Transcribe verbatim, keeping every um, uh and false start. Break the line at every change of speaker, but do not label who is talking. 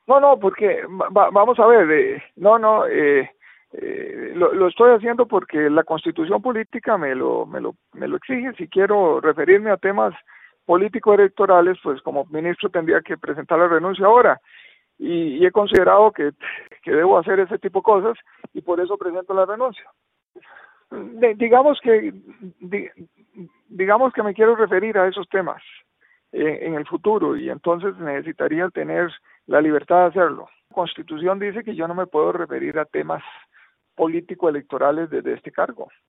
No, no, porque va, vamos a ver, eh, no, no, eh, eh, lo, lo estoy haciendo porque la Constitución política me lo, me lo, me lo exige. Si quiero referirme a temas político-electorales, pues como ministro tendría que presentar la renuncia ahora. Y, y he considerado que, que debo hacer ese tipo de cosas y por eso presento la renuncia. De, digamos que di, digamos que me quiero referir a esos temas eh, en el futuro y entonces necesitaría tener la libertad de hacerlo. La Constitución dice que yo no me puedo referir a temas político-electorales desde este cargo.